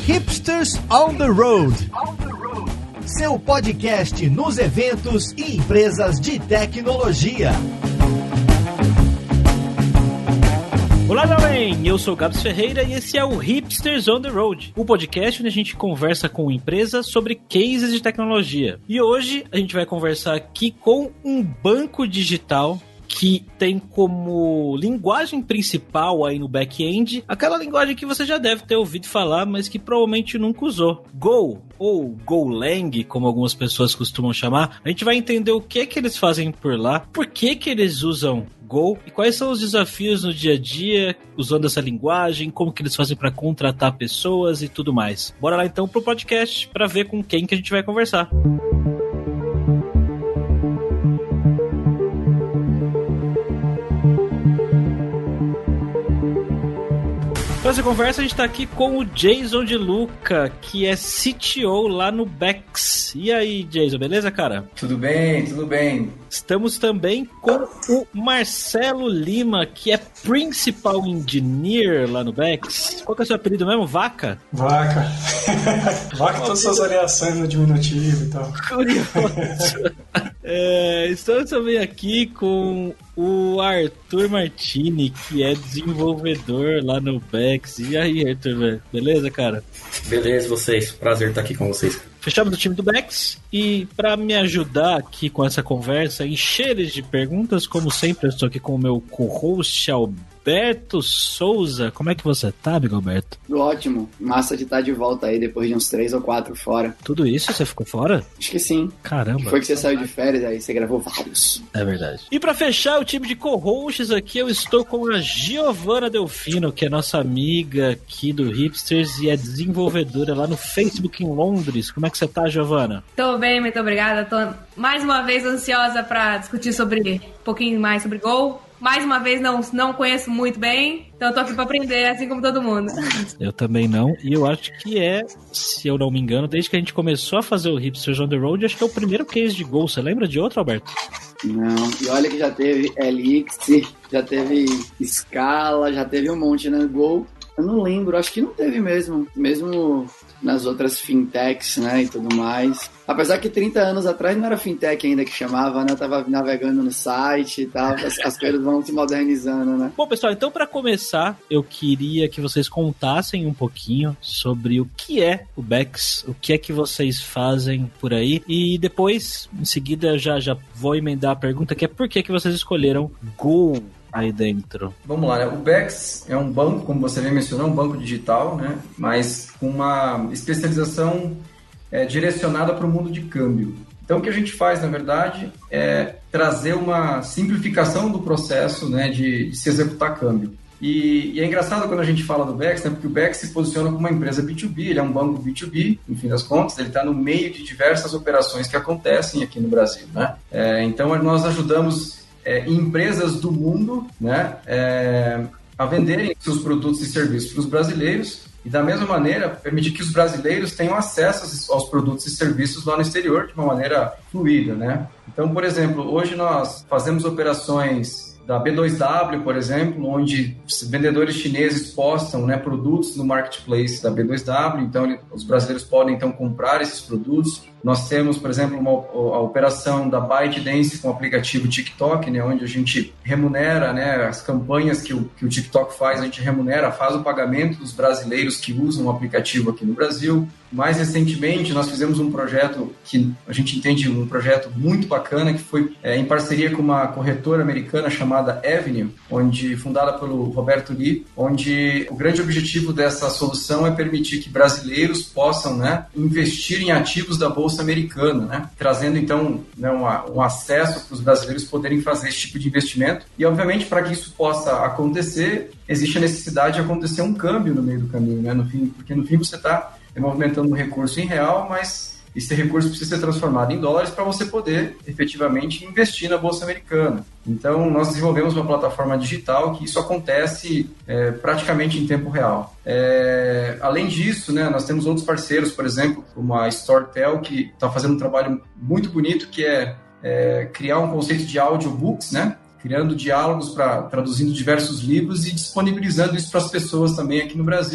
Hipsters on the Road, seu podcast nos eventos e empresas de tecnologia. Olá, galera! Eu sou o Gabs Ferreira e esse é o Hipsters on the Road, o podcast onde a gente conversa com empresas sobre cases de tecnologia. E hoje a gente vai conversar aqui com um banco digital que tem como linguagem principal aí no back-end aquela linguagem que você já deve ter ouvido falar, mas que provavelmente nunca usou. Go, ou Golang, como algumas pessoas costumam chamar. A gente vai entender o que eles fazem por lá, por que eles usam Go e quais são os desafios no dia a dia usando essa linguagem, como que eles fazem para contratar pessoas e tudo mais. Bora lá então pro podcast para ver com quem que a gente vai conversar. Para essa conversa, a gente está aqui com o Jason de Luca, que é CTO lá no Bex. E aí, Jason, beleza, cara? Tudo bem, tudo bem. Estamos também com o Marcelo Lima, que é Principal Engineer lá no Bex. Qual que é o seu apelido mesmo? Vaca? Vaca. Vaca todas as variações no diminutivo e tal. Curioso. Estamos também aqui com o Arthur Martini, que é desenvolvedor lá no Bex. E aí, Arthur, beleza, cara? Beleza, vocês. Prazer estar aqui com vocês. Fechamos o time do Bex e para me ajudar aqui com essa conversa, encher eles de perguntas, como sempre, eu estou aqui com o meu co-host Alberto Souza. Como é que você tá, amigo Alberto? Ótimo. Massa de estar de volta aí depois de uns 3 ou 4 fora. Tudo isso? Você ficou fora? Acho que sim. Caramba. Foi que você saiu de férias, aí você gravou vários. É verdade. E para fechar o time de co-hosts aqui, eu estou com a Giovana Delfino, que é nossa amiga aqui do Hipsters e é desenvolvedora lá no Facebook em Londres. Como é que você tá, Giovana? Tô bem, muito obrigada. Tô mais uma vez ansiosa para discutir um pouquinho mais sobre Go. Mais uma vez, não conheço muito bem, então eu tô aqui pra aprender, assim como todo mundo. Eu também não, e eu acho que se eu não me engano, desde que a gente começou a fazer o Hipsters on the Road, acho que é o primeiro case de Go. Você lembra de outro, Alberto? Não, e olha que já teve Elixir, já teve Scala, já teve um monte, né? Go, eu não lembro, acho que não teve mesmo nas outras fintechs, né, e tudo mais. Apesar que 30 anos atrás não era fintech ainda que chamava, né? Eu tava navegando no site e tal, as coisas vão se modernizando, né? Bom, pessoal, então para começar, eu queria que vocês contassem um pouquinho sobre o que é o Bex, o que é que vocês fazem por aí, e depois, em seguida, já vou emendar a pergunta, que é por que vocês escolheram Go aí dentro? Vamos lá, né? O Bex é um banco, como você bem mencionou, um banco digital, né? Mas com uma especialização direcionada para o mundo de câmbio. Então, o que a gente faz, na verdade, é trazer uma simplificação do processo, né, de se executar câmbio. E é engraçado quando a gente fala do Bex, né, porque o Bex se posiciona como uma empresa B2B, ele é um banco B2B, no fim das contas, ele está no meio de diversas operações que acontecem aqui no Brasil, né? Então, nós ajudamos empresas do mundo, né, a venderem seus produtos e serviços para os brasileiros e, da mesma maneira, permitir que os brasileiros tenham acesso aos produtos e serviços lá no exterior de uma maneira fluida, né? Então, por exemplo, hoje nós fazemos operações da B2W, por exemplo, onde vendedores chineses postam, né, produtos no marketplace da B2W, então os brasileiros podem então comprar esses produtos. Nós temos, por exemplo, a operação da ByteDance com o aplicativo TikTok, né, onde a gente remunera, né, as campanhas que o TikTok faz, a gente remunera, faz o pagamento dos brasileiros que usam o aplicativo aqui no Brasil. Mais recentemente, nós fizemos um projeto que a gente entende um projeto muito bacana, que foi em parceria com uma corretora americana chamada Avenue, fundada pelo Roberto Lee, onde o grande objetivo dessa solução é permitir que brasileiros possam, né, investir em ativos da Bolsa Americana, né, trazendo então, né, um acesso para os brasileiros poderem fazer esse tipo de investimento. E, obviamente, para que isso possa acontecer, existe a necessidade de acontecer um câmbio no meio do caminho, né, porque no fim você está movimentando um recurso em real, mas esse recurso precisa ser transformado em dólares para você poder efetivamente investir na Bolsa Americana. Então, nós desenvolvemos uma plataforma digital que isso acontece praticamente em tempo real. Além disso, né, nós temos outros parceiros, por exemplo, como a Storytel, que está fazendo um trabalho muito bonito, que é criar um conceito de audiobooks, né? Criando diálogos, traduzindo diversos livros e disponibilizando isso para as pessoas também aqui no Brasil.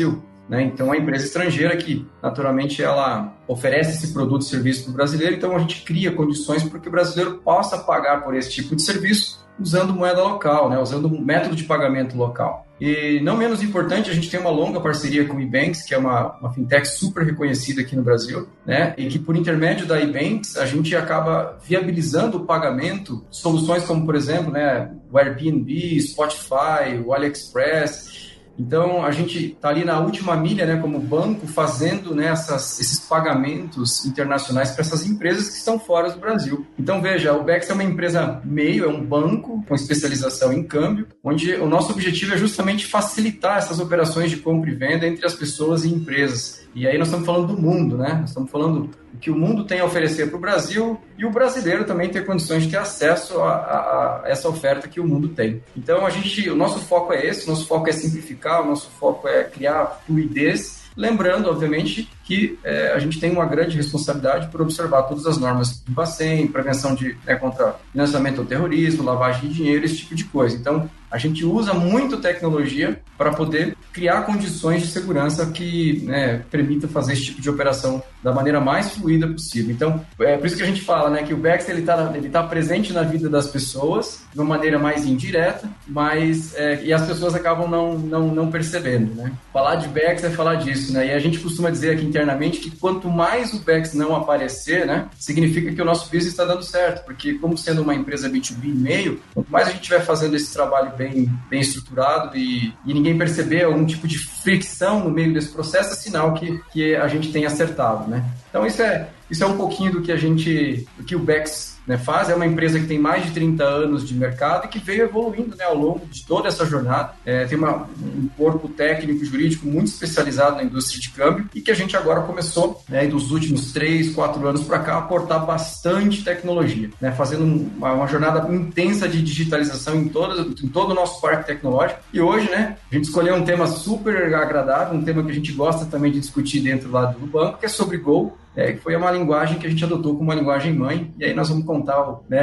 né? Então, a empresa estrangeira que, naturalmente, ela oferece esse produto e serviço para o brasileiro, então a gente cria condições para que o brasileiro possa pagar por esse tipo de serviço usando moeda local, né? Usando um método de pagamento local. E não menos importante, a gente tem uma longa parceria com o Ebanks, que é uma fintech super reconhecida aqui no Brasil, né? E que por intermédio da Ebanks a gente acaba viabilizando o pagamento, soluções como, por exemplo, né, o Airbnb, Spotify, o AliExpress. Então, a gente está ali na última milha, né, como banco, fazendo, né, esses pagamentos internacionais para essas empresas que estão fora do Brasil. Então, veja, o Bex é uma empresa meio, é um banco com especialização em câmbio, onde o nosso objetivo é justamente facilitar essas operações de compra e venda entre as pessoas e empresas. E aí nós estamos falando do mundo, né? Nós estamos falando do que o mundo tem a oferecer para o Brasil e o brasileiro também ter condições de ter acesso a essa oferta que o mundo tem. Então, o nosso foco é esse, o nosso foco é simplificar, o nosso foco é criar fluidez, lembrando, obviamente, que a gente tem uma grande responsabilidade por observar todas as normas do Bacen, prevenção contra financiamento ao terrorismo, lavagem de dinheiro, esse tipo de coisa. Então, a gente usa muito tecnologia para poder criar condições de segurança que, né, permita fazer esse tipo de operação da maneira mais fluida possível. Então, é por isso que a gente fala, né, que o Bex ele tá presente na vida das pessoas de uma maneira mais indireta, mas e as pessoas acabam não percebendo, né? Falar de Bex é falar disso, né? E a gente costuma dizer aqui internamente que quanto mais o Bex não aparecer, né, significa que o nosso business está dando certo, porque como sendo uma empresa B2B e meio, quanto mais a gente estiver fazendo esse trabalho bem estruturado e ninguém perceber algum tipo de fricção no meio desse processo, é sinal que a gente tem acertado, né? Então isso é um pouquinho do que o Bex, né, faz. É uma empresa que tem mais de 30 anos de mercado e que veio evoluindo, né, ao longo de toda essa jornada. Tem um corpo técnico e jurídico muito especializado na indústria de câmbio e que a gente agora começou, né, dos últimos 3, 4 anos para cá, a aportar bastante tecnologia, né, fazendo uma jornada intensa de digitalização em todo o nosso parque tecnológico. E hoje, né, a gente escolheu um tema super agradável, um tema que a gente gosta também de discutir dentro lá do banco, que é sobre Go, que foi uma linguagem que a gente adotou como uma linguagem mãe, e aí nós vamos contar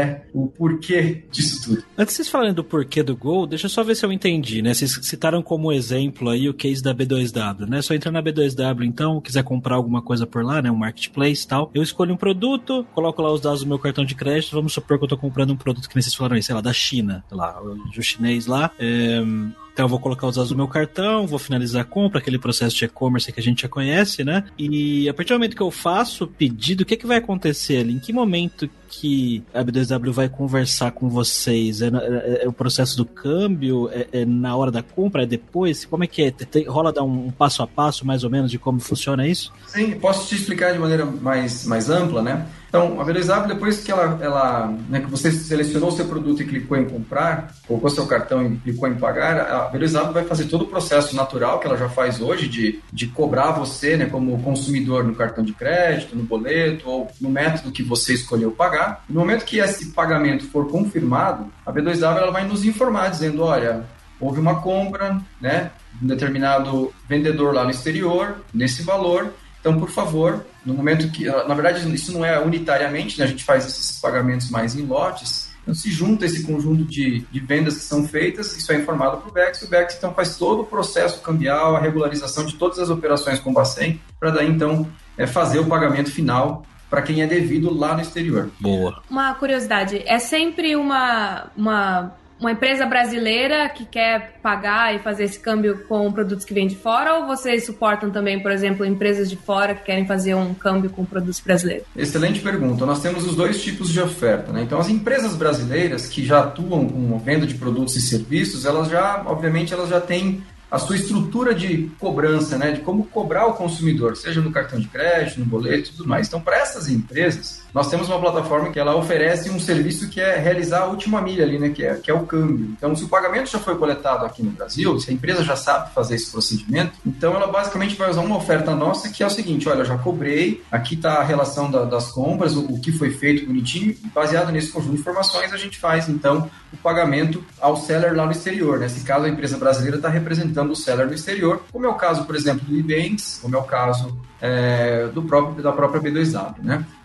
o porquê disso tudo. Antes de vocês falarem do porquê do Go, deixa eu só ver se eu entendi, né? Vocês citaram como exemplo aí o case da B2W, né? Só entrar na B2W, então, quiser comprar alguma coisa por lá, né? Um marketplace e tal, eu escolho um produto, coloco lá os dados do meu cartão de crédito, vamos supor que eu tô comprando um produto que nem vocês falaram aí, sei lá, da China, sei lá, o chinês lá, então eu vou colocar os dados do meu cartão, vou finalizar a compra, aquele processo de e-commerce que a gente já conhece, né? E a partir do momento que eu faço o pedido, o que vai acontecer ali? Em que momento que a B2W vai conversar com vocês? É o processo do câmbio? É na hora da compra? É depois? Como é que é? Rola dar um passo a passo, mais ou menos, de como funciona isso? Sim, posso te explicar de maneira mais ampla, né? Então, a B2W, depois que que você selecionou o seu produto e clicou em comprar, colocou seu cartão e clicou em pagar, a B2W vai fazer todo o processo natural que ela já faz hoje de cobrar você, né, como consumidor no cartão de crédito, no boleto ou no método que você escolheu pagar. No momento que esse pagamento for confirmado, a B2W ela vai nos informar dizendo, olha, houve uma compra, né, de um determinado vendedor lá no exterior, nesse valor. Então, por favor, no momento que... Na verdade, isso não é unitariamente, né? A gente faz esses pagamentos mais em lotes. Então, se junta esse conjunto de vendas que são feitas, isso é informado para o Bex. O Bex, então, faz todo o processo cambial, a regularização de todas as operações com o Bacen, para daí, então, fazer o pagamento final para quem é devido lá no exterior. Boa. Uma curiosidade, é sempre uma empresa brasileira que quer pagar e fazer esse câmbio com produtos que vêm de fora, ou vocês suportam também, por exemplo, empresas de fora que querem fazer um câmbio com produtos brasileiros? Excelente pergunta. Nós temos os dois tipos de oferta, né? Então, as empresas brasileiras que já atuam com venda de produtos e serviços, obviamente, elas já têm a sua estrutura de cobrança, né, de como cobrar o consumidor, seja no cartão de crédito, no boleto e tudo mais. Então, para essas empresas, nós temos uma plataforma que ela oferece um serviço que é realizar a última milha ali, né, que é o câmbio. Então, se o pagamento já foi coletado aqui no Brasil, se a empresa já sabe fazer esse procedimento, então ela basicamente vai usar uma oferta nossa que é o seguinte, olha, eu já cobrei, aqui está a relação das compras, o que foi feito bonitinho, e baseado nesse conjunto de informações, a gente faz, então, o pagamento ao seller lá no exterior. Nesse caso, a empresa brasileira está representando o seller no exterior, como é o caso, por exemplo, do Ebanks, como é o caso da própria B2W, né?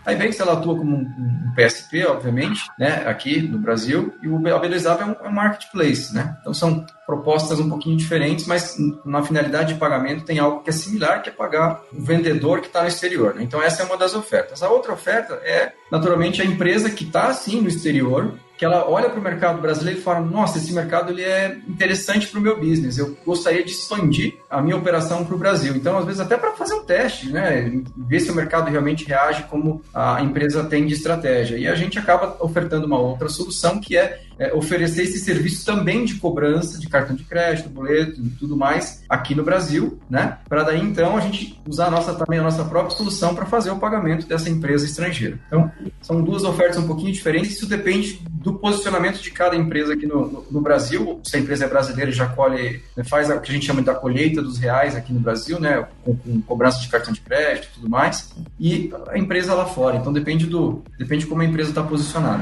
A Ibanks, ela atua como um PSP, obviamente, né, aqui no Brasil, e a B2W é um marketplace, né? Então são propostas um pouquinho diferentes, mas na finalidade de pagamento tem algo que é similar, que é pagar o vendedor que está no exterior, né? Então essa é uma das ofertas. A outra oferta é, naturalmente, a empresa que está, sim, no exterior, que ela olha para o mercado brasileiro e fala, nossa, esse mercado ele é interessante para o meu business, eu gostaria de expandir a minha operação para o Brasil. Então, às vezes, até para fazer um teste, né? Ver se o mercado realmente reage como a empresa tem de estratégia. E a gente acaba ofertando uma outra solução, que é oferecer esse serviço também de cobrança de cartão de crédito, boleto e tudo mais aqui no Brasil, né? Para daí, então, a gente usar também a nossa própria solução para fazer o pagamento dessa empresa estrangeira. Então, são duas ofertas um pouquinho diferentes, isso depende do posicionamento de cada empresa aqui no Brasil. Se a empresa é brasileira, já colhe, faz o que a gente chama da colheita dos reais aqui no Brasil, né? Com cobrança de cartão de crédito e tudo mais, e a empresa lá fora. Então, depende como a empresa está posicionada.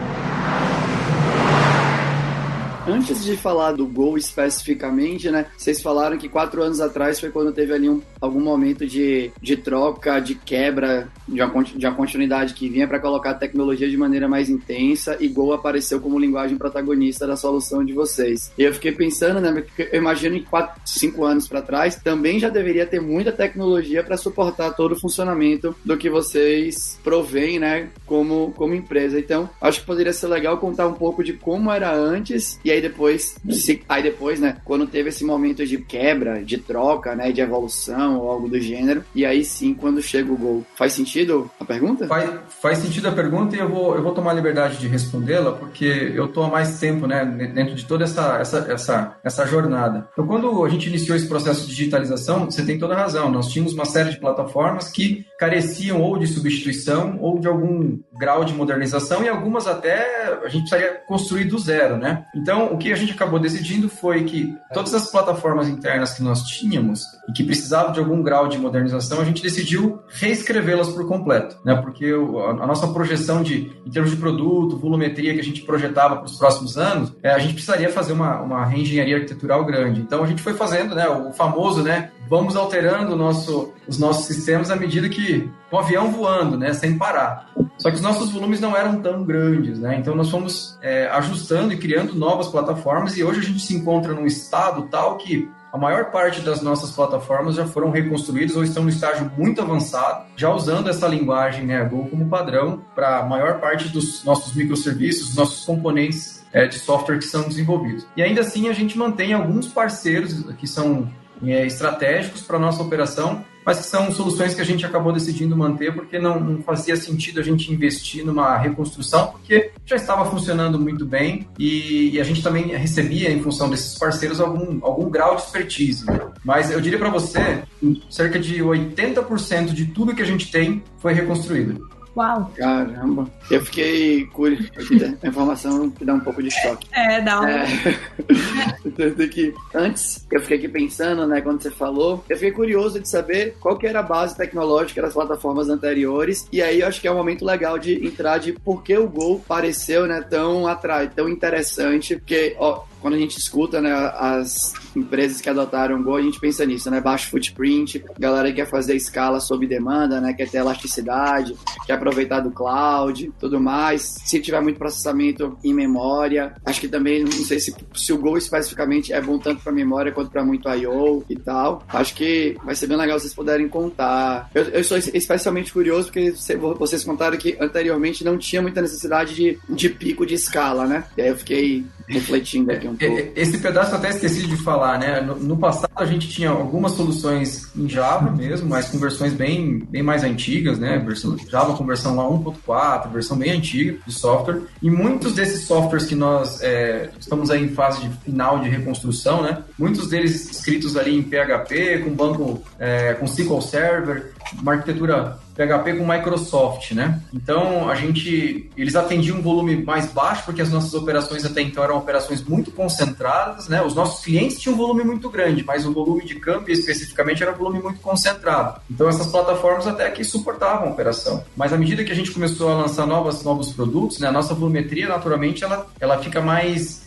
Antes de falar do Gol especificamente, né? Vocês falaram que 4 anos atrás foi quando teve ali algum momento de troca, de quebra, de uma continuidade que vinha para colocar a tecnologia de maneira mais intensa, e Gol apareceu como linguagem protagonista da solução de vocês. E eu fiquei pensando, né? Porque eu imagino que 4, 5 anos para trás também já deveria ter muita tecnologia para suportar todo o funcionamento do que vocês provêm, né? Como empresa. Então, acho que poderia ser legal contar um pouco de como era antes, e aí depois, né, quando teve esse momento de quebra, de troca, né, de evolução ou algo do gênero, e aí sim, quando chega o Gol. Faz sentido a pergunta? Faz sentido a pergunta, e eu vou tomar a liberdade de respondê-la, porque eu estou há mais tempo, né, dentro de toda essa jornada. Então, quando a gente iniciou esse processo de digitalização, você tem toda a razão, nós tínhamos uma série de plataformas que careciam ou de substituição ou de algum grau de modernização, e algumas até a gente precisaria construir do zero, né? Então, o que a gente acabou decidindo foi que todas as plataformas internas que nós tínhamos e que precisavam de algum grau de modernização, a gente decidiu reescrevê-las por completo, né? Porque a nossa projeção em termos de produto, volumetria que a gente projetava para os próximos anos, a gente precisaria fazer uma reengenharia arquitetural grande. Então, a gente foi fazendo, né, o famoso, né, vamos alterando os nossos sistemas à medida que o avião voando, né, sem parar. Só que os nossos volumes não eram tão grandes, né? Então nós fomos ajustando e criando novas plataformas, e hoje a gente se encontra num estado tal que a maior parte das nossas plataformas já foram reconstruídas ou estão no estágio muito avançado, já usando essa linguagem, né, Go como padrão para a maior parte dos nossos microserviços, nossos componentes de software que são desenvolvidos. E ainda assim a gente mantém alguns parceiros que são estratégicos para a nossa operação, mas que são soluções que a gente acabou decidindo manter porque não fazia sentido a gente investir numa reconstrução, porque já estava funcionando muito bem e a gente também recebia, em função desses parceiros, algum grau de expertise. Mas eu diria para você, cerca de 80% de tudo que a gente tem foi reconstruído. Uau! Caramba! Eu fiquei curioso. A informação que dá um pouco de choque. Dá um... Antes, eu fiquei aqui pensando, né, quando você falou, eu fiquei curioso de saber qual que era a base tecnológica das plataformas anteriores, e aí eu acho que é um momento legal de entrar de por que o Go pareceu, né, tão interessante, porque, quando a gente escuta, né, as empresas que adotaram o Go, a gente pensa nisso, né? Baixo footprint, galera que quer fazer escala sob demanda, né? Quer ter elasticidade, quer aproveitar do cloud, tudo mais. Se tiver muito processamento em memória, acho que também, não sei se o Go especificamente é bom tanto para memória quanto para muito I/O e tal. Acho que vai ser bem legal vocês puderem contar. Eu sou especialmente curioso porque vocês contaram que anteriormente não tinha muita necessidade de pico de escala, né? E aí eu fiquei refletindo aqui um pouco. Esse pedaço eu até esqueci de falar, né? No passado a gente tinha algumas soluções em Java mesmo, mas com versões bem mais antigas, né? Java com versão lá 1.4, versão bem antiga de software. E muitos desses softwares que nós estamos aí em fase final de reconstrução, né? Muitos deles escritos ali em PHP, com banco, com SQL Server, uma arquitetura PHP com Microsoft, né? Então, eles atendiam um volume mais baixo, porque as nossas operações até então eram operações muito concentradas, né? Os nossos clientes tinham um volume muito grande, mas o volume de câmbio especificamente era um volume muito concentrado. Então, essas plataformas até que suportavam a operação. Mas à medida que a gente começou a lançar novos produtos, né? A nossa volumetria, naturalmente, ela fica mais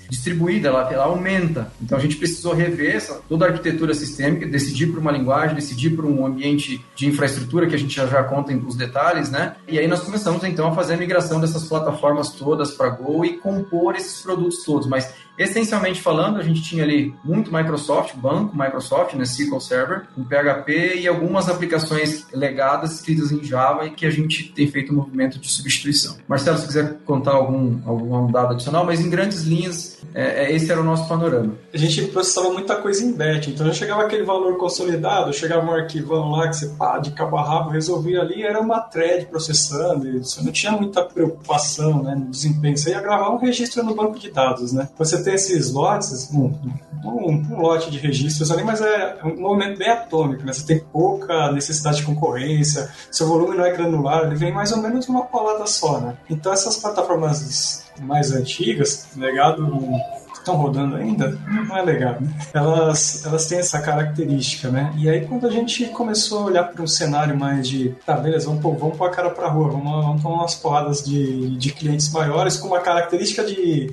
distribuída, ela aumenta. Então a gente precisou rever toda a arquitetura sistêmica, decidir por uma linguagem, decidir por um ambiente de infraestrutura que a gente já conta os detalhes, né? E aí nós começamos então a fazer a migração dessas plataformas todas para Go e compor esses produtos todos. Mas essencialmente falando, a gente tinha ali muito Microsoft, banco Microsoft, né, SQL Server, com PHP e algumas aplicações legadas escritas em Java e que a gente tem feito um movimento de substituição. Marcelo, se quiser contar algum dado adicional, mas em grandes linhas, esse era o nosso panorama. A gente processava muita coisa em batch, então já chegava aquele valor consolidado, chegava um arquivão lá que você de cabo a rabo resolvia ali, era uma thread processando, e você não tinha muita preocupação, né, no desempenho. Você ia gravar um registro no banco de dados, né? Você tem esses lotes, um lote de registros ali, mas é um movimento bem atômico, né? Você tem pouca necessidade de concorrência, seu volume não é granular, ele vem mais ou menos numa paulada só, né? Então essas plataformas mais antigas, legado estão rodando ainda, não é legal, né? Elas têm essa característica, né? E aí quando a gente começou a olhar para um cenário mais de, tá, beleza, vamos pôr a cara pra rua, vamos tomar umas porradas de clientes maiores com uma característica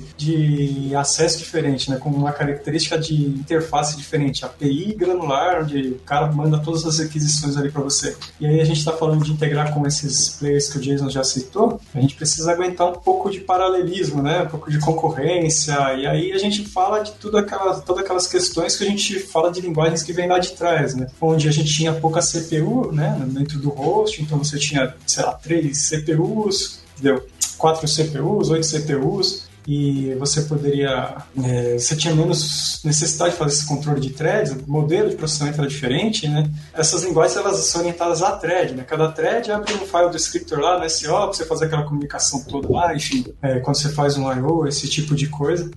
de acesso diferente, né? Com uma característica de interface diferente, API granular, onde o cara manda todas as requisições ali para você. E aí a gente está falando de integrar com esses players que o Jason já citou, a gente precisa aguentar um pouco de paralelismo, né? Um pouco de concorrência, e aí a gente fala de todas aquelas questões que a gente fala de linguagens que vêm lá de trás, né? Onde a gente tinha pouca CPU, né? Dentro do host, então você tinha, sei lá, 3 CPUs, entendeu? 4 CPUs, 8 CPUs, e você poderia... você tinha menos necessidade de fazer esse controle de threads, o modelo de processamento era diferente, né? Essas linguagens, elas são orientadas a thread, né? Cada thread abre um file descriptor lá no SO para você fazer aquela comunicação toda lá, enfim, quando você faz um I/O, esse tipo de coisa.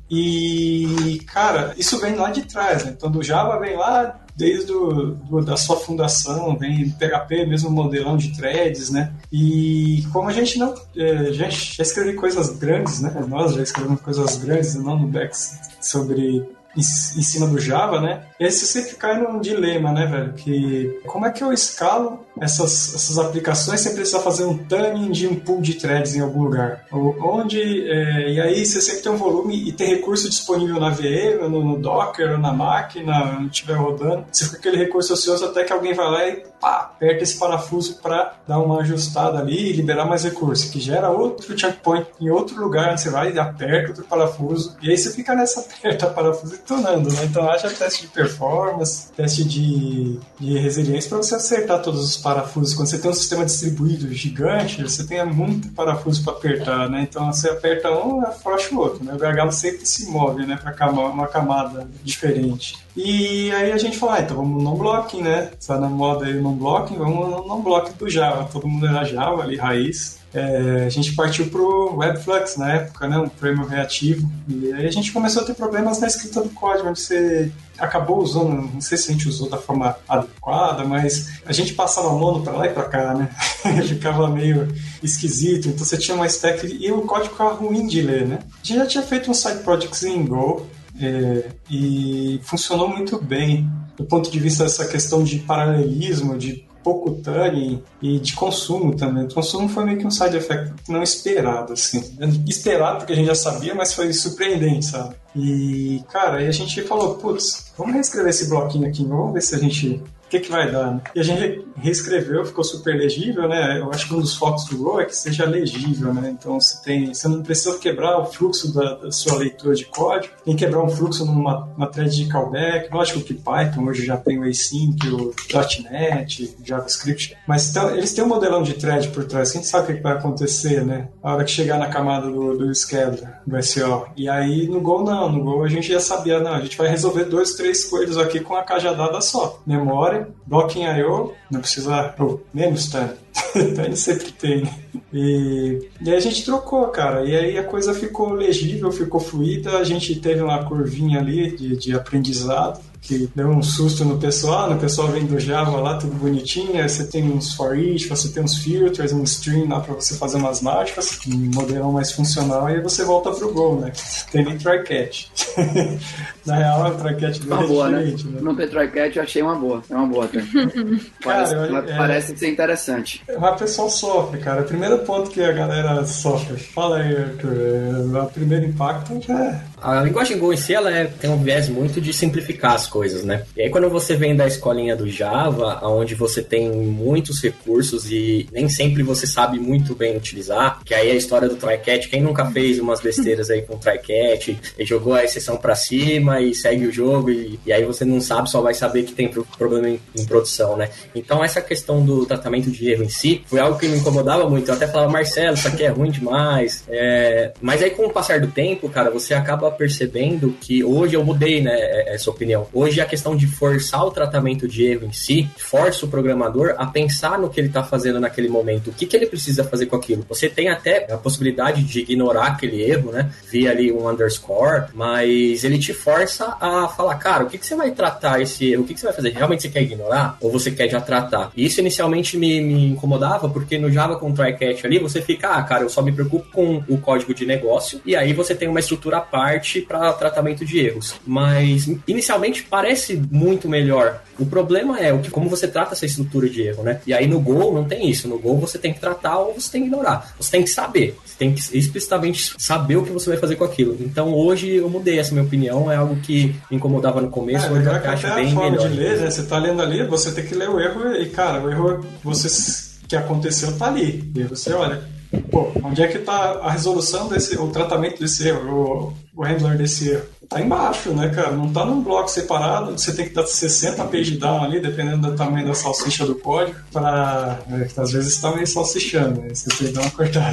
E, cara, isso vem lá de trás, né? Então, do Java vem lá desde da sua fundação, vem PHP, mesmo modelão de threads, né? E como a gente não... já escrevi coisas grandes, né? Nós já escrevemos coisas grandes, não no Bex, sobre... em cima do Java, né? E aí você sempre cai num dilema, né, velho? Que como é que eu escalo essas aplicações sem precisar fazer um tuning de um pool de threads em algum lugar? E aí você sempre tem um volume e tem recurso disponível na VM, no Docker, ou na máquina, onde estiver rodando. Você fica aquele recurso ocioso até que alguém vai lá e aperta esse parafuso para dar uma ajustada ali e liberar mais recurso, que gera outro checkpoint em outro lugar, onde você vai e aperta outro parafuso. E aí você fica nessa aperta parafuso detonando, né? Então haja teste de performance, teste de resiliência para você acertar todos os parafusos. Quando você tem um sistema distribuído gigante, você tem muito parafuso para apertar, né? Então você aperta um e afrouxa o outro, né? O gargalo sempre se move, né? Para uma camada diferente. E aí a gente fala, então vamos no non-blocking, né? Está na moda aí o non-blocking, vamos no non-blocking do Java. Todo mundo era Java ali, raiz. A gente partiu pro Webflux na época, né? Um framework reativo. E aí a gente começou a ter problemas na escrita do código, onde você acabou usando, não sei se a gente usou da forma adequada, mas a gente passava mono pra lá e pra cá, né? Ficava meio esquisito, então você tinha uma stack e o código ficava ruim de ler, né? A gente já tinha feito um side projects em Go, e funcionou muito bem do ponto de vista dessa questão de paralelismo, de pouco tuning e de consumo também. O consumo foi meio que um side effect não esperado, assim. Esperado porque a gente já sabia, mas foi surpreendente, sabe? E, cara, aí a gente falou, putz, vamos reescrever esse bloquinho aqui, vamos ver se a gente... O que vai dar, né? E a gente reescreveu, ficou super legível, né? Eu acho que um dos focos do Go é que seja legível, né? Então você não precisa quebrar o fluxo da sua leitura de código, nem quebrar um fluxo numa thread de callback. Lógico que Python hoje já tem o Async, o .NET, JavaScript, mas eles têm um modelão de thread por trás. A gente sabe o que vai acontecer, né? A hora que chegar na camada do scheduler, do SO. E aí no Go não, no Go a gente já sabia, não, a gente vai resolver 2, 3 coelhos aqui com a cajadada só. Memória, blocking I/O, não precisa menos tanto. Então sempre tem. E aí a gente trocou, cara. E aí a coisa ficou legível, ficou fluida. A gente teve uma curvinha ali de aprendizado que deu um susto no pessoal. O pessoal vem do Java lá, tudo bonitinho. Aí você tem uns for each, você tem uns filters, um string lá pra você fazer umas mágicas, um modelão mais funcional. E aí você volta pro Go, né? Tem nem try-catch. Na real, o try-catch dele é diferente, né? Não ter try-catch eu achei uma boa. É uma boa até. Parece ser interessante. O pessoal sofre, cara. O primeiro ponto que a galera sofre. Fala aí, Arthur. O primeiro impacto já é A linguagem Go em si, ela tem um viés muito de simplificar as coisas, né? E aí quando você vem da escolinha do Java, onde você tem muitos recursos e nem sempre você sabe muito bem utilizar, que aí é a história do try-catch, quem nunca fez umas besteiras aí com try-catch, e jogou a exceção pra cima e segue o jogo, e aí você não sabe, só vai saber que tem problema em produção, né? Então essa questão do tratamento de erro em si, foi algo que me incomodava muito. Eu até falava, Marcelo, isso aqui é ruim demais. Mas aí com o passar do tempo, cara, você acaba percebendo que hoje eu mudei, né, essa opinião. Hoje a questão de forçar o tratamento de erro em si, força o programador a pensar no que ele tá fazendo naquele momento, o que ele precisa fazer com aquilo. Você tem até a possibilidade de ignorar aquele erro, né, via ali um underscore, mas ele te força a falar, cara, o que você vai tratar esse erro? O que você vai fazer? Realmente você quer ignorar? Ou você quer já tratar? E isso inicialmente me incomodava, porque no Java com try-catch ali, você fica, cara, eu só me preocupo com o código de negócio, e aí você tem uma estrutura à parte para tratamento de erros. Mas, inicialmente, parece muito melhor. O problema é como você trata essa estrutura de erro, né? E aí no Go não tem isso. No Go você tem que tratar ou você tem que ignorar. Você tem que saber. Você tem que explicitamente saber o que você vai fazer com aquilo. Então, hoje eu mudei essa minha opinião. É algo que me incomodava no começo, hoje eu acho bem melhor. De ler, né? Você tá lendo ali, você tem que ler o erro e, cara, o erro que aconteceu tá ali. E você olha, pô, onde é que tá a resolução o tratamento desse erro, o handler desse erro? Tá embaixo, né, cara? Não tá num bloco separado, você tem que dar 60 page down ali, dependendo do tamanho da salsicha do código, às vezes tá meio salsichando, né? Você tem que dar uma cortada.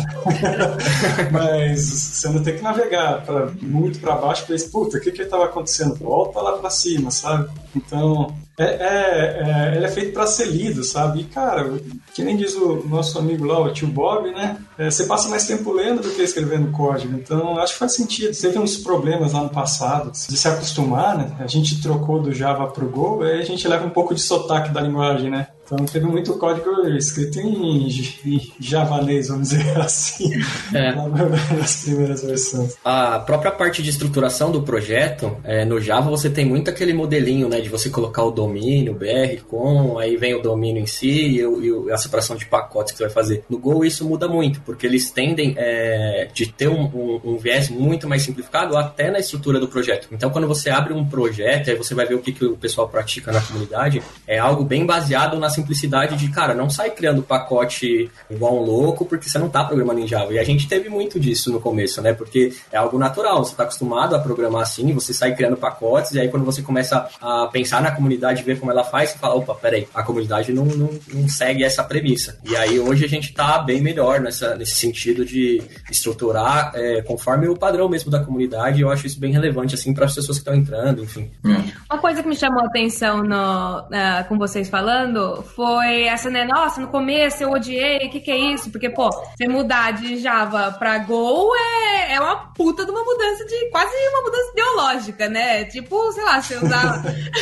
Mas você não tem que navegar muito pra baixo pra isso, puta, o que tava acontecendo? Volta lá pra cima, sabe? Então, ele é feito pra ser lido, sabe? E, cara, que nem diz o nosso amigo lá, o tio Bob, né? Você passa mais tempo lendo do que escrevendo código. Então, acho que faz sentido. Teve uns problemas lá no passado de se acostumar, né? A gente trocou do Java pro Go, aí a gente leva um pouco de sotaque da linguagem, né? Então teve muito código escrito em javanês, vamos dizer assim, nas primeiras versões. A própria parte de estruturação do projeto, no Java você tem muito aquele modelinho, né, de você colocar o domínio, BR com, aí vem o domínio em si e a separação de pacotes que você vai fazer. No Go isso muda muito, porque eles tendem de ter um viés muito mais simplificado até na estrutura do projeto. Então quando você abre um projeto, aí você vai ver o que o pessoal pratica na comunidade, é algo bem baseado na simplicidade de, cara, não sai criando pacote igual um louco porque você não tá programando em Java. E a gente teve muito disso no começo, né? Porque é algo natural, você tá acostumado a programar assim, você sai criando pacotes e aí quando você começa a pensar na comunidade, ver como ela faz, você fala, opa, peraí, a comunidade não segue essa premissa. E aí hoje a gente tá bem melhor nesse sentido de estruturar conforme o padrão mesmo da comunidade, e eu acho isso bem relevante, assim, para as pessoas que estão entrando, enfim. Uma coisa que me chamou a atenção com vocês falando foi essa, né? Nossa, no começo eu odiei, o que é isso? Porque, pô, você mudar de Java pra Go é uma puta de uma mudança quase uma mudança ideológica, né? Tipo, sei lá, você usar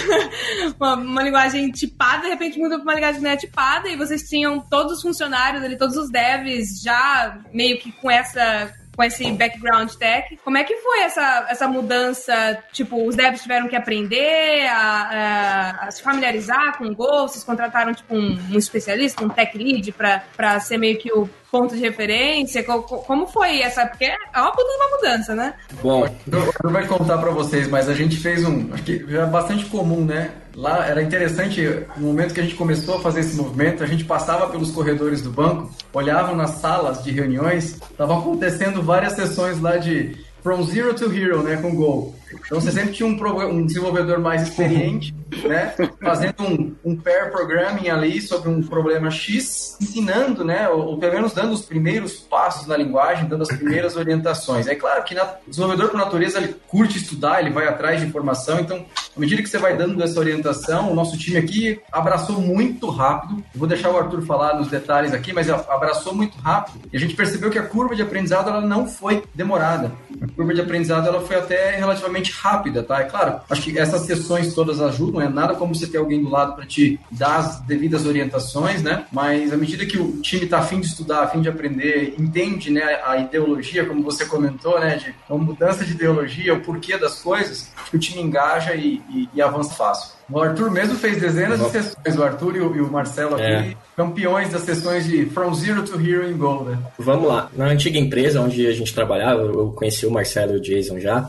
uma linguagem tipada, de repente muda pra uma linguagem não é tipada, e vocês tinham todos os funcionários ali, todos os devs já meio que com esse background tech. Como é que foi essa mudança? Tipo, os devs tiveram que aprender a se familiarizar com o Go? Vocês contrataram, tipo, um especialista, um tech lead pra ser meio que o ponto de referência? Como foi essa? Porque é uma puta de uma mudança, né? Bom, eu não vou contar pra vocês, mas a gente fez acho que já é bastante comum, né? Lá era interessante, no momento que a gente começou a fazer esse movimento, a gente passava pelos corredores do banco, olhava nas salas de reuniões, estavam acontecendo várias sessões lá de From Zero to Hero, né, com Go. Então você sempre tinha um desenvolvedor mais experiente, né, fazendo um pair programming ali sobre um problema X, ensinando, né, ou pelo menos dando os primeiros passos na linguagem, dando as primeiras orientações. É claro que o desenvolvedor, por natureza, ele curte estudar, ele vai atrás de informação, então, à medida que você vai dando essa orientação, o nosso time aqui abraçou muito rápido. Eu vou deixar o Arthur falar nos detalhes aqui, mas abraçou muito rápido. E a gente percebeu que a curva de aprendizado ela não foi demorada. A curva de aprendizado ela foi até relativamente rápida, tá? É claro, acho que essas sessões todas ajudam, é nada como você ter alguém do lado para te dar as devidas orientações, né? Mas à medida que o time tá a fim de estudar, a fim de aprender, entende, né, a ideologia, como você comentou, né, de uma mudança de ideologia, o porquê das coisas, acho que o time engaja e avança fácil. O Arthur mesmo fez dezenas de sessões, o Arthur e o Marcelo aqui, campeões das sessões de From Zero to Hero in Go, né? Vamos lá. Na antiga empresa onde a gente trabalhava, eu conheci o Marcelo e o Jason já,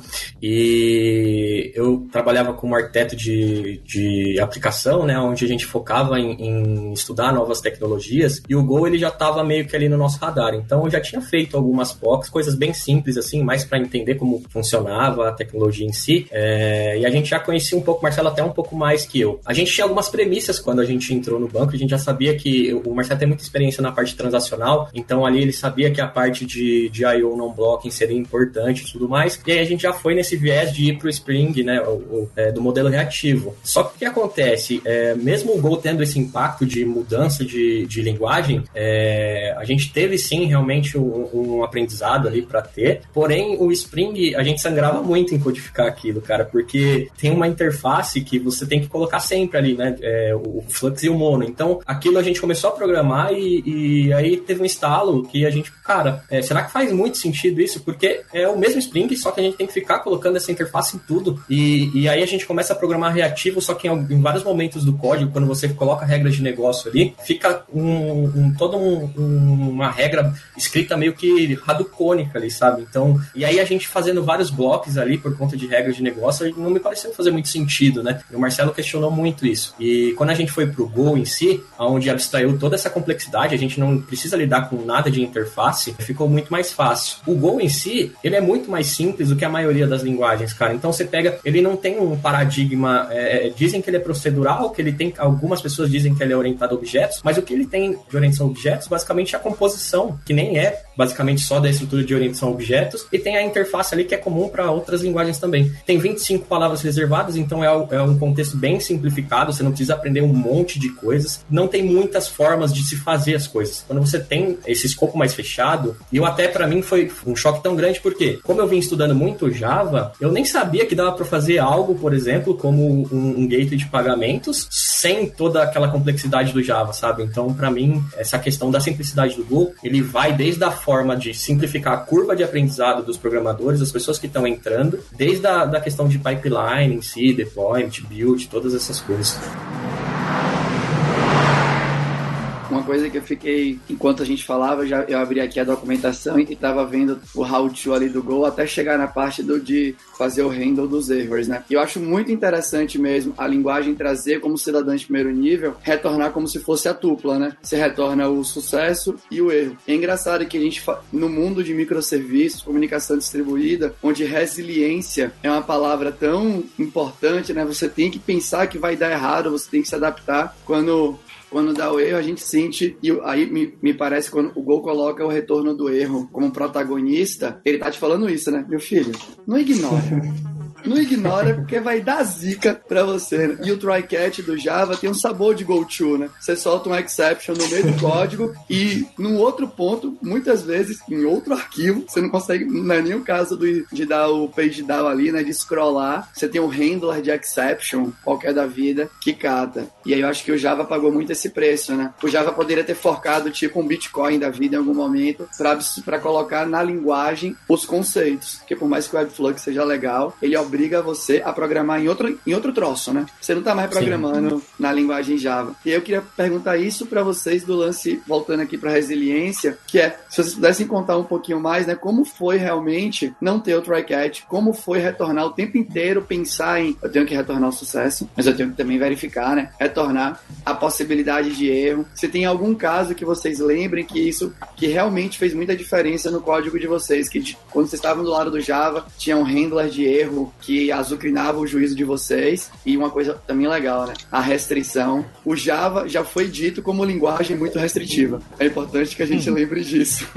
e eu trabalhava como arquiteto de aplicação, né, onde a gente focava em estudar novas tecnologias, e o Go ele já estava meio que ali no nosso radar. Então eu já tinha feito algumas POCs, coisas bem simples assim, mais para entender como funcionava a tecnologia em si, e a gente já conhecia um pouco, o Marcelo até um pouco mais que eu. A gente tinha algumas premissas quando a gente entrou no banco, a gente já sabia que o Marcelo tem muita experiência na parte transacional, então ali ele sabia que a parte de I/O non-blocking seria importante e tudo mais, e aí a gente já foi nesse viés de ir pro Spring, né, do modelo reativo. Só que o que acontece, mesmo o Go tendo esse impacto de mudança de linguagem, a gente teve sim realmente um aprendizado ali para ter, porém o Spring a gente sangrava muito em codificar aquilo, cara, porque tem uma interface que você tem que colocar sempre ali, né, o Flux e o Mono. Então aquilo a gente começou a programar e aí teve um estalo que a gente, cara, será que faz muito sentido isso? Porque é o mesmo Spring, só que a gente tem que ficar colocando essa interface em tudo, e aí a gente começa a programar reativo, só que em vários momentos do código, quando você coloca regras de negócio ali, fica toda uma regra escrita meio que hadocônica ali, sabe? Então, e aí a gente fazendo vários blocos ali por conta de regras de negócio, não me pareceu fazer muito sentido, né? E o Marcelo questionou muito isso. E quando a gente foi pro Go em si, onde abstraiu toda essa complexidade, a gente não precisa lidar com nada de interface, ficou muito mais fácil. O Go em si, ele é muito mais simples do que a maioria das linguagens, cara. Então você pega, ele não tem um paradigma, dizem que ele é procedural, que ele tem, algumas pessoas dizem que ele é orientado a objetos, mas o que ele tem de orientação a objetos, basicamente é a composição, que nem é basicamente só da estrutura de orientação a objetos, e tem a interface ali que é comum para outras linguagens também. Tem 25 palavras reservadas, então é um contexto bem simplificado, você não precisa aprender um monte de coisas, não tem muitas formas de se fazer as coisas. Quando você tem esse escopo mais fechado, e até para mim foi um choque tão grande, porque como eu vim estudando muito Java, eu nem sabia que dava para fazer algo, por exemplo, como um gateway de pagamentos, sem toda aquela complexidade do Java, sabe? Então, para mim, essa questão da simplicidade do Go, ele vai desde a forma de simplificar a curva de aprendizado dos programadores, das pessoas que estão entrando, desde da questão de pipeline em si, deployment, build, todas essas coisas. Uma coisa que eu fiquei, enquanto a gente falava, eu abri aqui a documentação e estava vendo o how-to ali do Go até chegar na parte de fazer o handle dos erros, né? E eu acho muito interessante mesmo a linguagem trazer como cidadã de primeiro nível, retornar como se fosse a tupla, né? Você retorna o sucesso e o erro. É engraçado que a gente, no mundo de microserviços, comunicação distribuída, onde resiliência é uma palavra tão importante, né? Você tem que pensar que vai dar errado, você tem que se adaptar. Quando dá o erro, a gente sente, e aí me parece quando o Go coloca o retorno do erro como protagonista, ele tá te falando isso, né? Meu filho, não ignora. Não ignora, porque vai dar zica pra você, né? E o try catch do Java tem um sabor de go-to, né? Você solta um exception no meio do código e num outro ponto, muitas vezes, em outro arquivo, você não consegue, não é nem o caso de dar o page down ali, né? De scrollar. Você tem um handler de exception, qualquer da vida, que cata. E aí eu acho que o Java pagou muito esse preço, né? O Java poderia ter forcado tipo um Bitcoin da vida em algum momento pra colocar na linguagem os conceitos. Porque por mais que o Webflux seja legal, ele obriga você a programar em outro troço, né? Você não tá mais programando na linguagem Java. E eu queria perguntar isso para vocês do lance, voltando aqui para resiliência, que é, se vocês pudessem contar um pouquinho mais, né? Como foi realmente não ter o try catch? Como foi retornar o tempo inteiro, pensar em, eu tenho que retornar o sucesso, mas eu tenho que também verificar, né? Retornar a possibilidade de erro. Se tem algum caso que vocês lembrem que realmente fez muita diferença no código de vocês, que quando vocês estavam do lado do Java, tinha um handler de erro que azucrinava o juízo de vocês. E uma coisa também legal, né? A restrição. O Java já foi dito como linguagem muito restritiva. É importante que a gente lembre disso.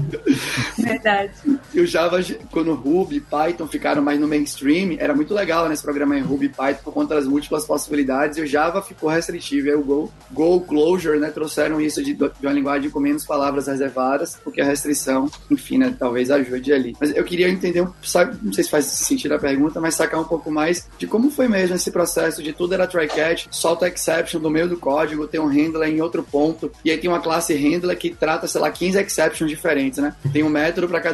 Verdade. E o Java, quando Ruby e Python ficaram mais no mainstream, era muito legal, né? Esse programa em Ruby e Python por conta das múltiplas possibilidades. E o Java ficou restritivo. E aí o Go, Closure, né? Trouxeram isso de uma linguagem com menos palavras reservadas, porque a restrição, enfim, né? Talvez ajude ali. Mas eu queria entender, não sei se faz sentido a pergunta, mas sacar um pouco mais de como foi mesmo esse processo de tudo era try catch, solta exception do meio do código, tem um handler em outro ponto, e aí tem uma classe handler que trata, sei lá, 15 exceptions diferentes, né? Tem um método para cada tipo de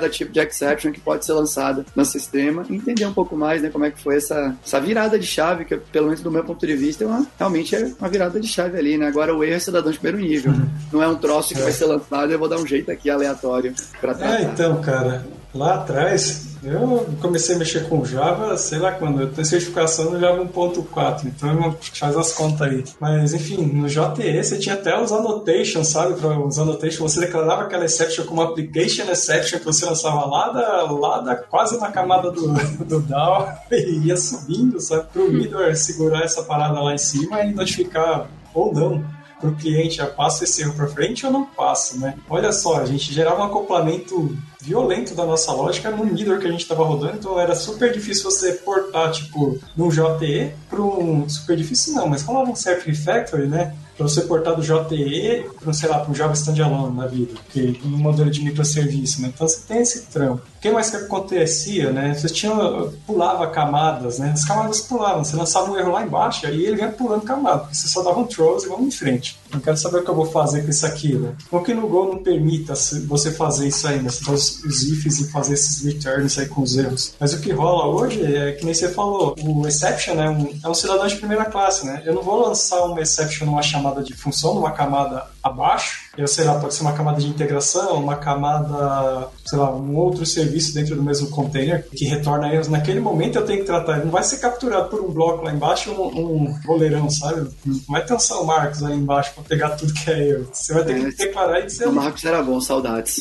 exception que pode ser lançada no sistema e entender um pouco mais, né, como é que foi essa virada de chave, que pelo menos do meu ponto de vista realmente é uma virada de chave ali, né? Agora o erro é cidadão de primeiro nível. Não é um troço que vai ser lançado e eu vou dar um jeito aqui aleatório pra tratar. Então, cara, lá atrás eu comecei a mexer com Java, sei lá quando, eu tenho certificação no Java 1.4, então faz as contas aí. Mas enfim, no JTE você tinha até os annotations, sabe? Para os annotations você declarava aquela exception como application exception que você lançava lá quase na camada do DAO e ia subindo, sabe? Para o middleware segurar essa parada lá em cima e notificar ou não para o cliente, já passa esse erro para frente ou não passa, né? Olha só, a gente gerava um acoplamento violento da nossa lógica no middleware que a gente estava rodando, então era super difícil você portar, tipo, num JTE para um... Super difícil não, mas falava um Self-Refactory, né? Para você portar do JTE para, sei lá, para um Java Standalone na vida, porque no modelo de microserviço, né? Então você tem esse trampo. O que mais que acontecia, né? Você pulava camadas, né? As camadas pulavam, você lançava um erro lá embaixo e ele vinha pulando camada, porque você só dava um throws e vamos em frente. Não quero saber o que eu vou fazer com isso aqui, né? Porque no Go não permita você fazer isso aí, né? Você faz os ifs e fazer esses returns aí com os erros. Mas o que rola hoje é que nem você falou, o exception é um cidadão de primeira classe, né? Eu não vou lançar uma exception numa chamada de função, numa camada abaixo, sei lá, pode ser uma camada de integração, uma camada, sei lá, um outro serviço dentro do mesmo container que retorna erros. Naquele momento eu tenho que tratar, ele não vai ser capturado por um bloco lá embaixo ou um goleirão, sabe? Não vai ter um São Marcos aí embaixo pra pegar tudo que é erro. Você vai ter que declarar e dizer... O Marcos era bom, saudades.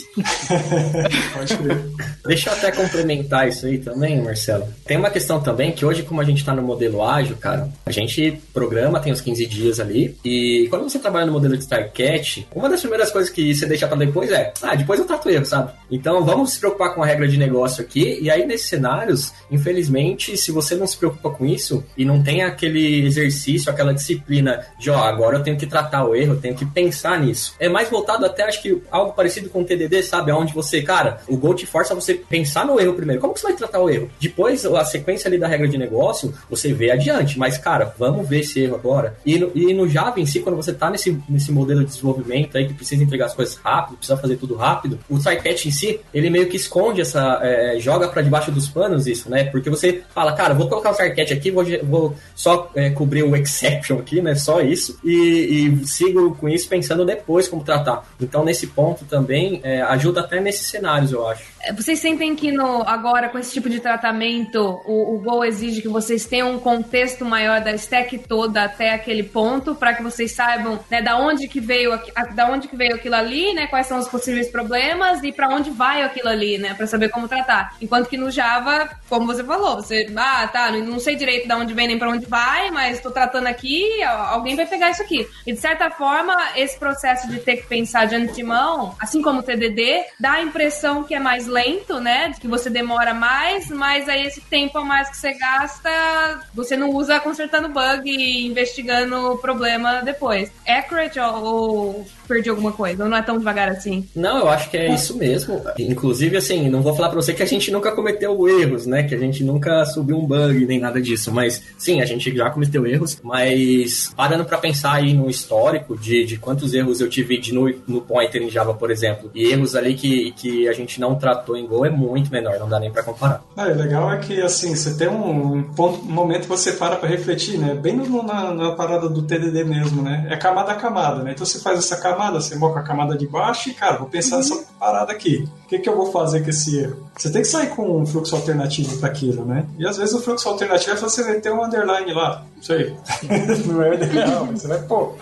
Pode crer. Deixa eu até complementar isso aí também, Marcelo. Tem uma questão também que hoje, como a gente tá no modelo ágil, cara, a gente programa, tem os 15 dias ali, e quando você trabalha no modelo de StarCat, uma das primeiras coisas que você deixa pra depois depois eu trato erro, sabe? Então vamos se preocupar com a regra de negócio aqui, e aí nesses cenários, infelizmente, se você não se preocupa com isso e não tem aquele exercício, aquela disciplina de, agora eu tenho que tratar o erro, eu tenho que pensar nisso. É mais voltado até, acho que algo parecido com o TDD, sabe? Onde você, cara, o Go te força a você pensar no erro primeiro. Como que você vai tratar o erro? Depois, a sequência ali da regra de negócio, você vê adiante. Mas, cara, vamos ver esse erro agora. E no Java em si, quando você tá nesse modelo de desenvolvimento aí, que precisa entregar as coisas rápido, precisa fazer tudo rápido, o try-catch em si, ele meio que esconde joga pra debaixo dos panos isso, né? Porque você fala, cara, vou colocar o try-catch aqui, vou só cobrir o exception aqui, né? Só isso. E sigo com isso pensando depois como tratar. Então, nesse ponto também, ajuda até nesses cenários, eu acho. Vocês sentem que agora, com esse tipo de tratamento, o Go exige que vocês tenham um contexto maior da stack toda até aquele ponto, para que vocês saibam, né, da onde que veio aquilo ali, né, quais são os possíveis problemas e para onde vai aquilo ali, né, para saber como tratar. Enquanto que no Java, como você falou, não sei direito de onde vem nem para onde vai, mas estou tratando aqui, alguém vai pegar isso aqui. E de certa forma, esse processo de ter que pensar de antemão, assim como o TDD, dá a impressão que é mais lento, né, que você demora mais, mas aí esse tempo a mais que você gasta, você não usa consertando bug e investigando o problema depois. Accurate ou perdi alguma coisa? Ou não é tão devagar assim? Não, eu acho que é isso mesmo. Inclusive, assim, não vou falar pra você que a gente nunca cometeu erros, né? Que a gente nunca subiu um bug, nem nada disso. Mas, sim, a gente já cometeu erros. Mas, parando pra pensar aí no histórico de quantos erros eu tive no pointer em Java, por exemplo, e erros ali que a gente não tratou em Go é muito menor, não dá nem pra comparar. O legal é que, assim, você tem um momento que você para pra refletir, né? Bem na parada do TDD mesmo, né? É camada a camada, né? Então você faz essa camada, você moca a camada de baixo e, cara, vou pensar nessa parada aqui. O que eu vou fazer com esse erro? Você tem que sair com um fluxo alternativo para aquilo, né? E às vezes o fluxo alternativo é você meter um underline lá. Não sei. Não é ideal, mas você vai pôr.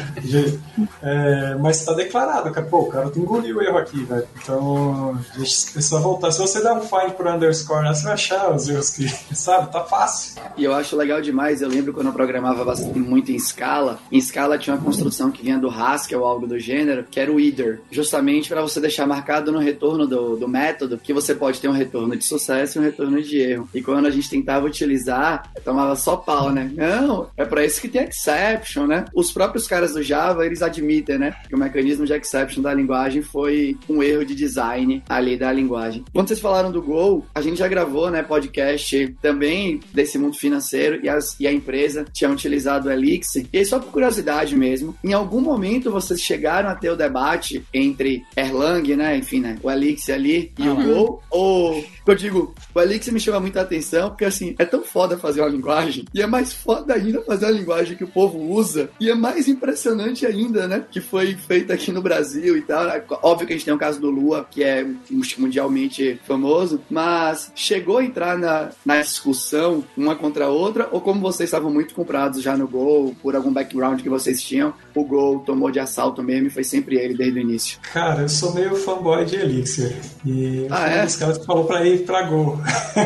Mas está declarado, cara. Pô, o cara engoliu o erro aqui, velho. Então, a gente precisa voltar. Se você der um find por underscore, né, você vai achar os erros que, sabe? Tá fácil. E eu acho legal demais. Eu lembro quando eu programava muito em Scala. Em Scala tinha uma construção que vinha do Haskell ou algo do gênero, que era o either. Justamente para você deixar marcado no retorno do método que você pode ter um retorno de sucesso e um retorno de erro. E quando a gente tentava utilizar, eu tomava só pau, né? Não, é para isso que tem exception, né? Os próprios caras do Java, eles admitem, né? Que o mecanismo de exception da linguagem foi um erro de design ali da linguagem. Quando vocês falaram do Go, a gente já gravou, né, podcast também desse mundo financeiro e a empresa tinha utilizado o Elixir. E aí, só por curiosidade mesmo, em algum momento vocês chegaram a ter o debate entre Erlang, né? Enfim, né? O Elixir Elixir ali e o Go, ou... Eu digo, o Elixir me chama muita atenção, porque assim, é tão foda fazer uma linguagem, e é mais foda ainda fazer uma linguagem que o povo usa, e é mais impressionante ainda, né, que foi feita aqui no Brasil e tal. Óbvio que a gente tem o caso do Lua, que é mundialmente famoso, mas chegou a entrar na discussão uma contra a outra, ou como vocês estavam muito comprados já no Go, por algum background que vocês tinham, o Go tomou de assalto mesmo e foi sempre ele desde o início? Cara, eu sou meio fanboy de Elixir, e os caras falaram pra ir pra Go.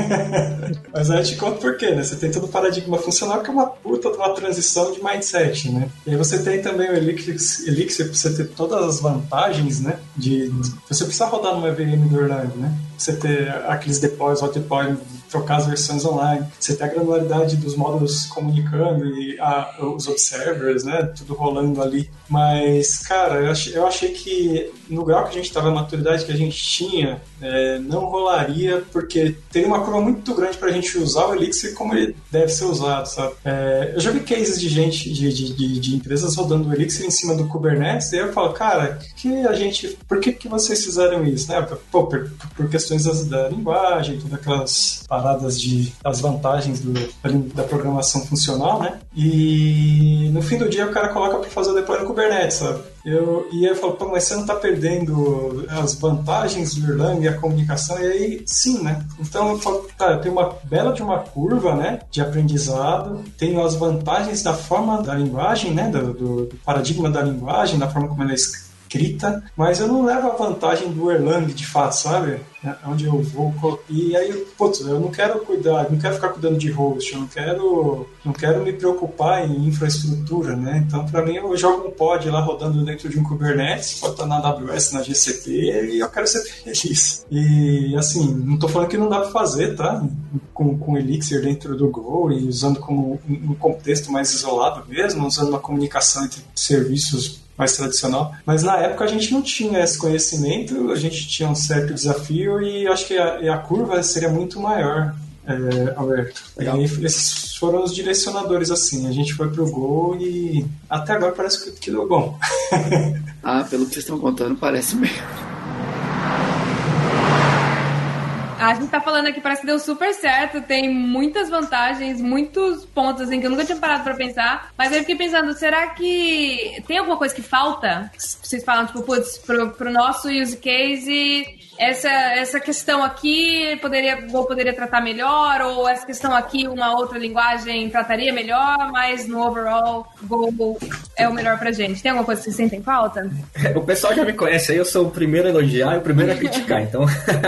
Mas aí eu te conto por quê, né? Você tem todo o paradigma funcional, que é uma puta de uma transição de mindset, né? E aí você tem também o Elixir pra você ter todas as vantagens, né? Você precisa rodar numa VM do Erlang, né? Você ter aqueles deploys, hot deploy, trocar as versões online, você ter a granularidade dos módulos comunicando e os observers, né? Tudo rolando ali. Mas, cara, eu achei que no grau que a gente estava, a maturidade que a gente tinha, não rolaria, porque teria uma curva muito grande pra gente usar o Elixir como ele deve ser usado, sabe? Eu já vi cases de gente, de empresas rodando o Elixir em cima do Kubernetes, e aí eu falo, cara, por que vocês fizeram isso, né? Pô, por questões da linguagem, todas aquelas paradas das vantagens da programação funcional, né? E no fim do dia o cara coloca pra fazer o deploy no Kubernetes, sabe? E aí eu falo, pô, mas você não tá perdendo as vantagens do Erlang e a comunicação? E aí, sim, né? Então eu falo, cara, tem uma bela de uma curva, né, de aprendizado, tenho as vantagens da forma da linguagem, né, do paradigma da linguagem, da forma como ela é escrita, mas eu não levo a vantagem do Erlang de fato, sabe? Onde eu vou. E aí, putz, eu não quero ficar cuidando de host, eu não quero me preocupar em infraestrutura, né? Então, para mim, eu jogo um pod lá rodando dentro de um Kubernetes, pode estar na AWS, na GCP, e eu quero ser feliz. E, assim, não tô falando que não dá para fazer, tá? Com Elixir dentro do Go e usando como um contexto mais isolado mesmo, usando uma comunicação entre serviços mais tradicional, mas na época a gente não tinha esse conhecimento, a gente tinha um certo desafio e acho que a curva seria muito maior, Alberto. E esses foram os direcionadores, assim, a gente foi pro Go e até agora parece que deu bom. Pelo que vocês estão contando, parece mesmo. A gente tá falando aqui, parece que deu super certo, tem muitas vantagens, muitos pontos assim que eu nunca tinha parado pra pensar, mas eu fiquei pensando, será que tem alguma coisa que falta? Vocês falam, tipo, putz, pro nosso use case, essa questão aqui poderia tratar melhor, ou essa questão aqui uma outra linguagem trataria melhor, mas no overall, Go é o melhor pra gente. Tem alguma coisa que vocês sentem falta? O pessoal já me conhece aí, eu sou o primeiro a elogiar e o primeiro a criticar, então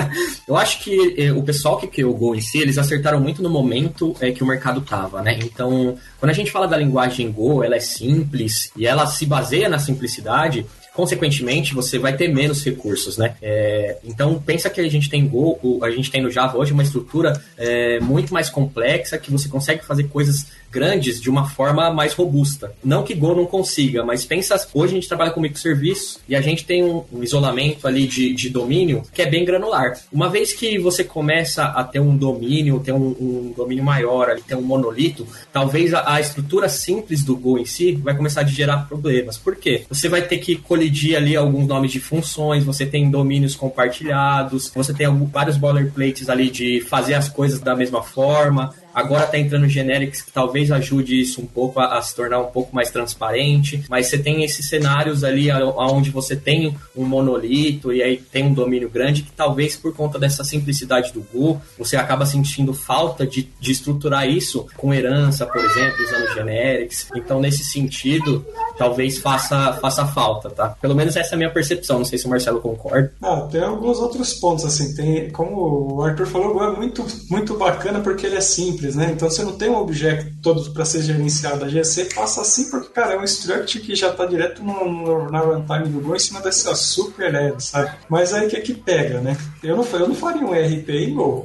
eu acho que o pessoal que criou o Go em si, eles acertaram muito no momento que o mercado tava, né? Então, quando a gente fala da linguagem Go, ela é simples e ela se baseia na simplicidade. Consequentemente, você vai ter menos recursos, né? Então, pensa que a gente tem a gente tem no Java hoje uma estrutura muito mais complexa, que você consegue fazer coisas grandes de uma forma mais robusta. Não que Go não consiga, mas pensa, hoje a gente trabalha com microserviços e a gente tem um isolamento ali de domínio que é bem granular. Uma vez que você começa a ter um domínio, ter um domínio maior, ali, ter um monolito, talvez a estrutura simples do Go em si vai começar a gerar problemas. Por quê? Você vai ter que colidir ali alguns nomes de funções, você tem domínios compartilhados, você tem vários boilerplates ali de fazer as coisas da mesma forma. Agora está entrando generics que talvez ajude isso um pouco a se tornar um pouco mais transparente, mas você tem esses cenários ali onde você tem um monolito e aí tem um domínio grande que talvez por conta dessa simplicidade do Go, você acaba sentindo falta de estruturar isso com herança, por exemplo, usando generics. Então, nesse sentido, talvez faça falta, tá? Pelo menos essa é a minha percepção, não sei se o Marcelo concorda. Tem alguns outros pontos, assim, tem, como o Arthur falou, o Go é muito, muito bacana porque ele é simples, né? Então você não tem um objeto todo para ser gerenciado. A GC passa assim porque, cara, é um struct que já está direto na runtime do Go em cima dessa super leve, sabe? Mas aí o que pega, né? Eu não faria um RP em Go.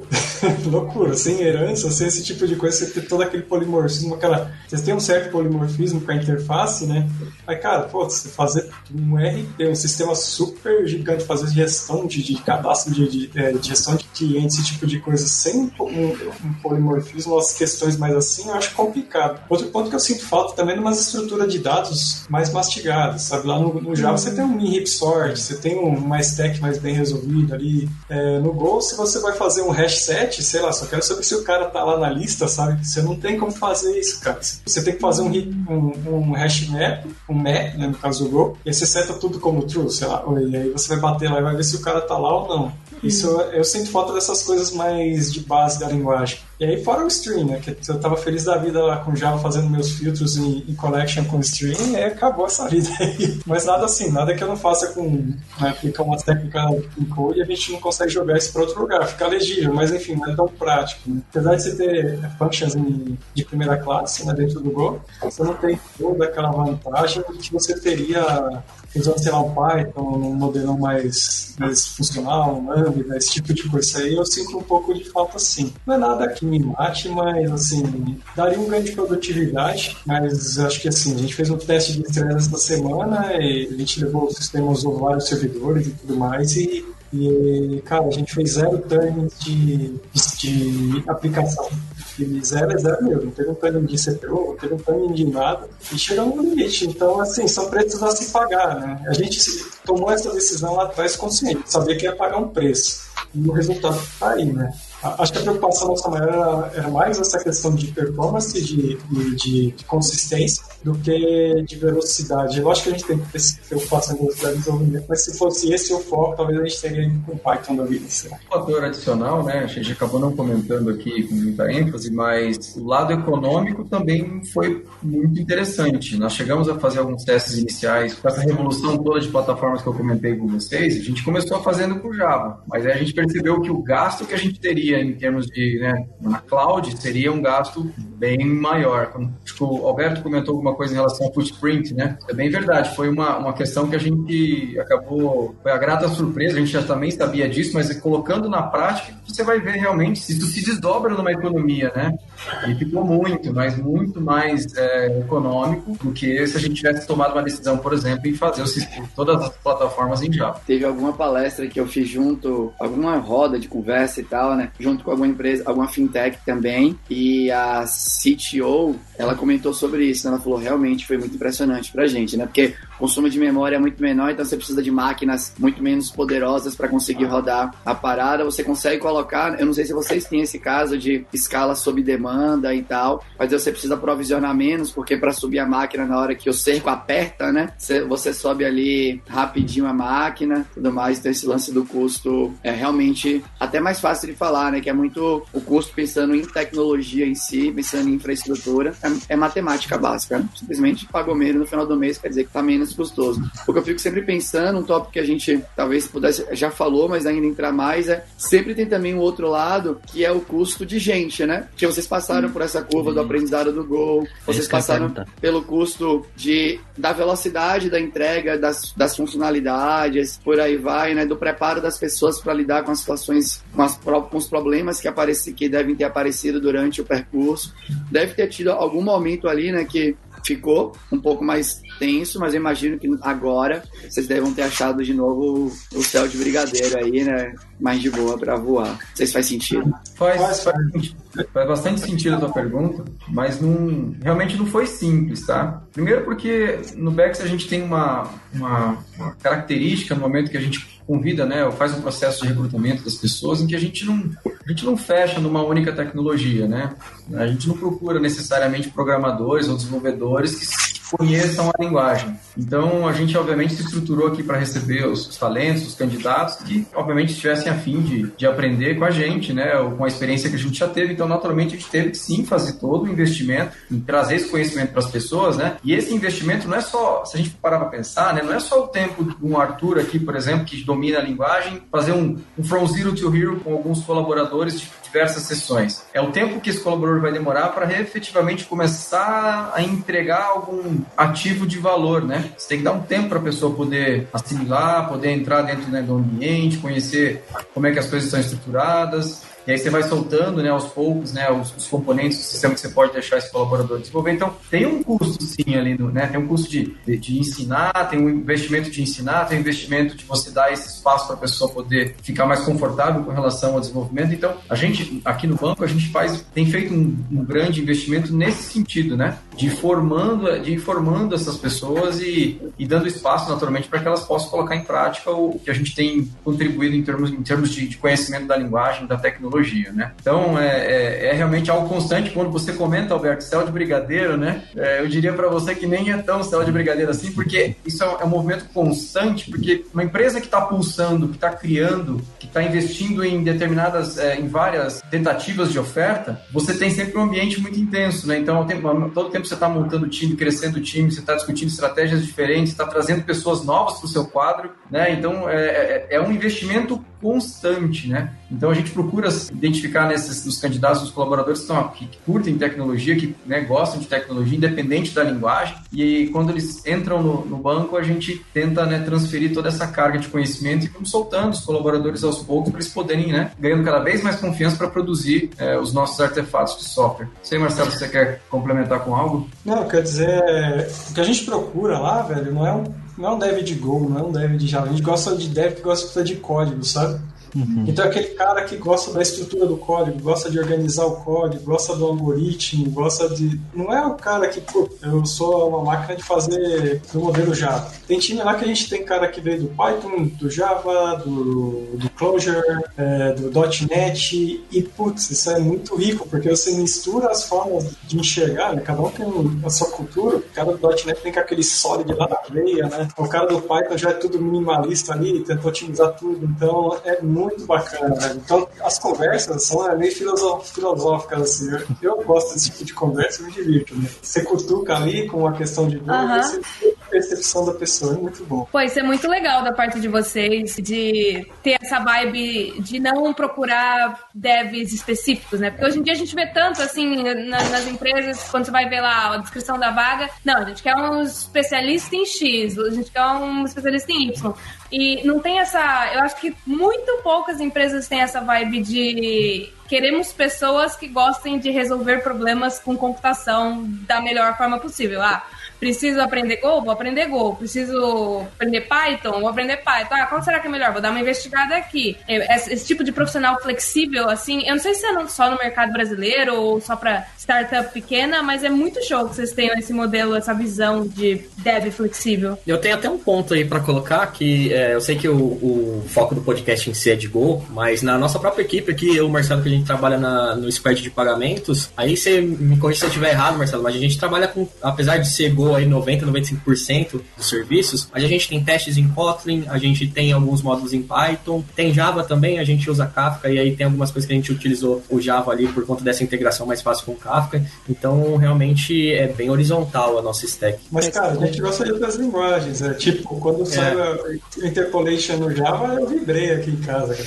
loucura, sem herança, sem esse tipo de coisa, você ter todo aquele polimorfismo, você tem um certo polimorfismo com a interface, né? Mas, cara, pô, você fazer um RP, um sistema super gigante, fazer gestão de cadastro, de gestão de clientes, esse tipo de coisa, sem um polimorfismo, as questões mais assim, eu acho complicado. Outro ponto que eu sinto falta também é uma estrutura de dados mais mastigada, sabe? Lá no Java você tem um min-heap sort, você tem uma stack mais bem resolvida ali. No Go, se você vai fazer um hash set, sei lá, só quero saber se o cara tá lá na lista, sabe? Você não tem como fazer isso, cara. Você tem que fazer um hash map, um map, né, no caso do Go, e aí você seta tudo como true, sei lá, e aí você vai bater lá e vai ver se o cara tá lá ou não. Isso, eu sinto falta dessas coisas mais de base da linguagem. E aí, fora o stream, né? Que eu tava feliz da vida lá com Java, fazendo meus filtros em collection com stream, e aí acabou essa vida aí. Mas nada assim, nada que eu não faça com aplicar uma técnica em code e a gente não consegue jogar isso para outro lugar. Fica legível, mas enfim, não é tão prático. Né? Apesar de você ter functions de primeira classe, né, dentro do Go, você não tem toda aquela vantagem que você teria usando, sei lá, um Python, um modelo mais funcional, um Lambda, esse tipo de coisa. Isso aí eu sinto um pouco de falta, sim. Não é nada que me mate, mas, assim, daria um ganho de produtividade, mas acho que, assim, a gente fez um teste de estresse essa semana e a gente levou o sistema, usou vários servidores e tudo mais e cara, a gente fez 0 turns de aplicação. De 0 é 0 mesmo, não teve um turning de CPU, não teve um turning de nada, e chegamos no limite. Então, assim, são preços a se pagar, né? A gente tomou essa decisão lá atrás consciente, sabia que ia pagar um preço, e o resultado está aí, né? Acho que a preocupação nossa maior era mais essa questão de performance, de consistência, do que de velocidade. Eu acho que a gente tem que ter preocupação em velocidade de desenvolvimento, mas se fosse esse o foco, talvez a gente teria ido com Python da vida. Um fator adicional, né? A gente acabou não comentando aqui com muita ênfase, mas o lado econômico também foi muito interessante. Nós chegamos a fazer alguns testes iniciais com essa revolução toda de plataformas que eu comentei com vocês. A gente começou fazendo com Java, mas aí a gente percebeu que o gasto que a gente teria em termos de, né, na cloud, seria um gasto bem maior. Acho que o Alberto comentou alguma coisa em relação ao footprint, né? É bem verdade, foi uma questão que a gente acabou, foi a grata surpresa, a gente já também sabia disso, mas colocando na prática, você vai ver realmente se isso se desdobra numa economia, né? E ficou muito mais econômico do que se a gente tivesse tomado uma decisão, por exemplo, em fazer todas as plataformas em Java. Teve alguma palestra que eu fiz junto, alguma roda de conversa e tal, né? Junto com alguma empresa, alguma fintech também, e a CTO, ela comentou sobre isso, né? Ela falou, realmente foi muito impressionante pra gente, né? Porque o consumo de memória é muito menor, então você precisa de máquinas muito menos poderosas para conseguir rodar a parada. Você consegue colocar, eu não sei se vocês têm esse caso de escala sob demanda e tal, mas você precisa provisionar menos, porque para subir a máquina na hora que o cerco aperta, né? Você sobe ali rapidinho a máquina, tudo mais. Então esse lance do custo é realmente até mais fácil de falar, né? Que é muito o custo pensando em tecnologia em si, pensando em infraestrutura, é matemática básica, né? Simplesmente pagou menos no final do mês, quer dizer que tá menos custoso. Porque eu fico sempre pensando, um tópico que a gente talvez pudesse, já falou, mas ainda entrar mais, sempre tem também um outro lado, que é o custo de gente, né? Porque vocês passaram por essa curva do aprendizado do Go, vocês passaram pelo custo da velocidade da entrega, das funcionalidades, por aí vai, né? Do preparo das pessoas para lidar com as situações, com os problemas que devem ter aparecido durante o percurso. Deve ter tido algum momento ali, né, que ficou um pouco mais tenso, mas eu imagino que agora vocês devem ter achado de novo o céu de brigadeiro aí, né? Mais de boa para voar. Não sei se faz sentido. Faz bastante sentido a tua pergunta, mas realmente não foi simples, tá? Primeiro porque no Bex a gente tem uma característica no momento que a gente convida, né, ou faz um processo de recrutamento das pessoas em que a gente não fecha numa única tecnologia, né? A gente não procura necessariamente programadores ou desenvolvedores que conheçam a linguagem. Então, a gente, obviamente, se estruturou aqui para receber os talentos, os candidatos que, obviamente, estivessem a fim de aprender com a gente, né, ou com a experiência que a gente já teve. Então, naturalmente, a gente teve que, sim, fazer todo o investimento em trazer esse conhecimento para as pessoas, né? E esse investimento não é só, se a gente parar para pensar, né, não é só o tempo de um Arthur aqui, por exemplo, que domina a linguagem, fazer um from zero to hero com alguns colaboradores de diversas sessões. É o tempo que esse colaborador vai demorar para efetivamente começar a entregar algum ativo de valor, né? Você tem que dar um tempo para a pessoa poder assimilar, poder entrar dentro, né, do ambiente, conhecer como é que as coisas estão estruturadas. e aí você vai soltando, né, aos poucos, né, os componentes do sistema que você pode deixar esse colaborador desenvolver. Então, tem um custo sim ali, né, tem um custo de ensinar, tem um investimento de ensinar, tem um investimento de você dar esse espaço para a pessoa poder ficar mais confortável com relação ao desenvolvimento. Então, a gente, aqui no banco, a gente tem feito um grande investimento nesse sentido, né, de informando essas pessoas e dando espaço, naturalmente, para que elas possam colocar em prática o que a gente tem contribuído em termos de conhecimento da linguagem, da tecnologia, né. Então, é realmente algo constante. Quando você comenta, Alberto, céu de brigadeiro, né, eu diria para você que nem é tão céu de brigadeiro assim, porque isso é um movimento constante, porque uma empresa que está pulsando, que está criando, que está investindo em em várias tentativas de oferta, você tem sempre um ambiente muito intenso, né? Então, todo tempo você está montando o time, crescendo o time, você está discutindo estratégias diferentes, está trazendo pessoas novas para o seu quadro, né? Então, é um investimento constante, né? Então, a gente procura identificar nos candidatos, nos colaboradores que curtem tecnologia, que, né, gostam de tecnologia, independente da linguagem, e quando eles entram no banco, a gente tenta, né, transferir toda essa carga de conhecimento e vamos soltando os colaboradores aos poucos para eles poderem, né, ganhando cada vez mais confiança para produzir os nossos artefatos de software. Não sei, Marcelo, se você quer complementar com algo? Não, quer dizer, o que a gente procura lá, velho, não é um dev de Go, não é um dev de Java. A gente gosta de dev que gosta de código, sabe? Uhum. Então, aquele cara que gosta da estrutura do código, gosta de organizar o código, gosta do algoritmo, gosta de... Não é o cara que, pô, eu sou uma máquina de fazer do modelo Java. Tem time lá que a gente tem cara que veio do Python, do Java, do Clojure, do .NET, e, putz, isso é muito rico, porque você mistura as formas de enxergar, né? Cada um tem a sua cultura. O cara do .NET tem aquele Solid lá na veia, né? O cara do Python já é tudo minimalista ali, tenta otimizar tudo, então é muito bacana, né? Então, as conversas são meio filosóficas, assim. Eu gosto desse tipo de conversa, eu me divirto, né? Você cutuca ali com uma questão de dúvida, você tem a percepção da pessoa, é muito bom. Pô, isso é muito legal da parte de vocês, de ter essa vibe de não procurar devs específicos, né? Porque hoje em dia a gente vê tanto, assim, nas empresas, quando você vai ver lá a descrição da vaga, não, a gente quer um especialista em X, a gente quer um especialista em Y. E não tem essa... Eu acho que muito poucas empresas têm essa vibe de... Queremos pessoas que gostem de resolver problemas com computação da melhor forma possível. Preciso aprender Go? Vou aprender Go. Preciso aprender Python? Vou aprender Python. Qual será que é melhor? Vou dar uma investigada aqui. Esse tipo de profissional flexível, assim, eu não sei se é só no mercado brasileiro ou só para startup pequena, mas é muito show que vocês tenham esse modelo, essa visão de dev flexível. Eu tenho até um ponto aí para colocar, que eu sei que o foco do podcast em si é de Go, mas na nossa própria equipe aqui, eu e o Marcelo, que a gente trabalha no squad de pagamentos, aí você me corrige se eu estiver errado, Marcelo, mas a gente trabalha com, apesar de ser Go aí 90, 95% dos serviços, mas a gente tem testes em Kotlin, a gente tem alguns módulos em Python, tem Java também, a gente usa Kafka, e aí tem algumas coisas que a gente utilizou o Java ali por conta dessa integração mais fácil com o Kafka, então realmente é bem horizontal a nossa stack. Mas, cara, a gente gosta de outras linguagens, tipo, quando saiu a interpolation no Java, eu vibrei aqui em casa.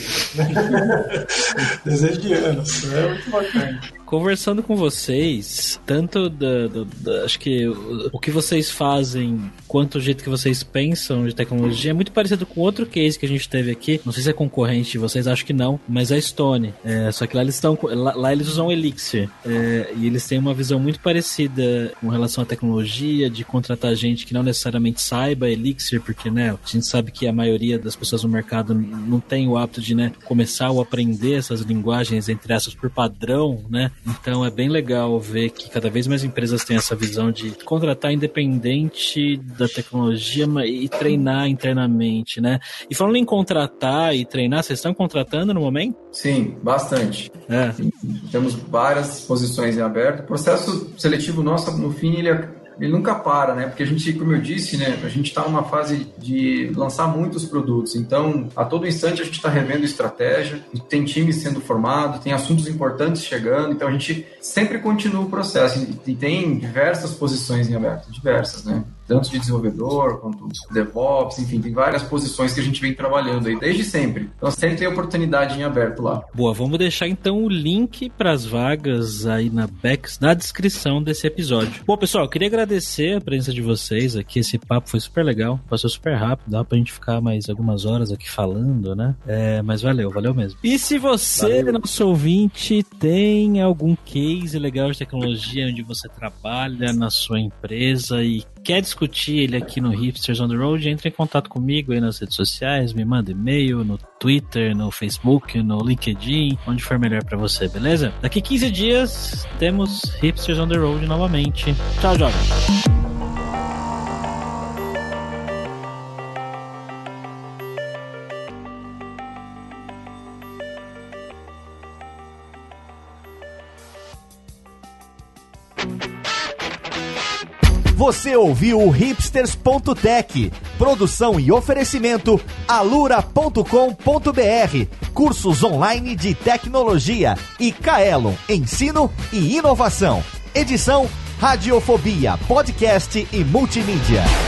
Desejo de anos, é muito bacana. Conversando com vocês, tanto acho que o que vocês fazem, quanto o jeito que vocês pensam de tecnologia, é muito parecido com outro case que a gente teve aqui. Não sei se é concorrente de vocês, acho que não, mas a Stone. Só que lá eles usam Elixir. E eles têm uma visão muito parecida com relação à tecnologia, de contratar gente que não necessariamente saiba Elixir, porque, né, a gente sabe que a maioria das pessoas no mercado não tem o hábito de, né, começar ou aprender essas linguagens, entre essas, por padrão, né? Então é bem legal ver que cada vez mais empresas têm essa visão de contratar independente da tecnologia e treinar internamente, né? E falando em contratar e treinar, vocês estão contratando no momento? Sim, bastante. Temos várias posições em aberto. O processo seletivo nosso, no fim, ele nunca para, né? Porque a gente, como eu disse, né? A gente está numa fase de lançar muitos produtos. Então, a todo instante a gente está revendo estratégia, tem times sendo formados, tem assuntos importantes chegando. Então, a gente sempre continua o processo. E tem diversas posições em aberto, diversas, né? tanto de desenvolvedor quanto DevOps, enfim, tem várias posições que a gente vem trabalhando aí desde sempre. Então sempre tem oportunidade em aberto lá. Boa, vamos deixar então o link para as vagas aí na descrição desse episódio. Bom, pessoal, eu queria agradecer a presença de vocês aqui, esse papo foi super legal, passou super rápido, dá pra gente ficar mais algumas horas aqui falando, né? Mas valeu mesmo. E se você, nosso ouvinte, tem algum case legal de tecnologia onde você trabalha na sua empresa e quer discutir ele aqui no Hipsters on the Road, entre em contato comigo aí nas redes sociais, me manda e-mail, no Twitter, no Facebook, no LinkedIn, onde for melhor pra você, beleza? Daqui 15 dias temos Hipsters on the Road novamente. Tchau, jovens! Você ouviu o hipsters.tech, produção e oferecimento alura.com.br, cursos online de tecnologia e Kaelon, ensino e inovação. Edição Radiofobia, podcast e multimídia.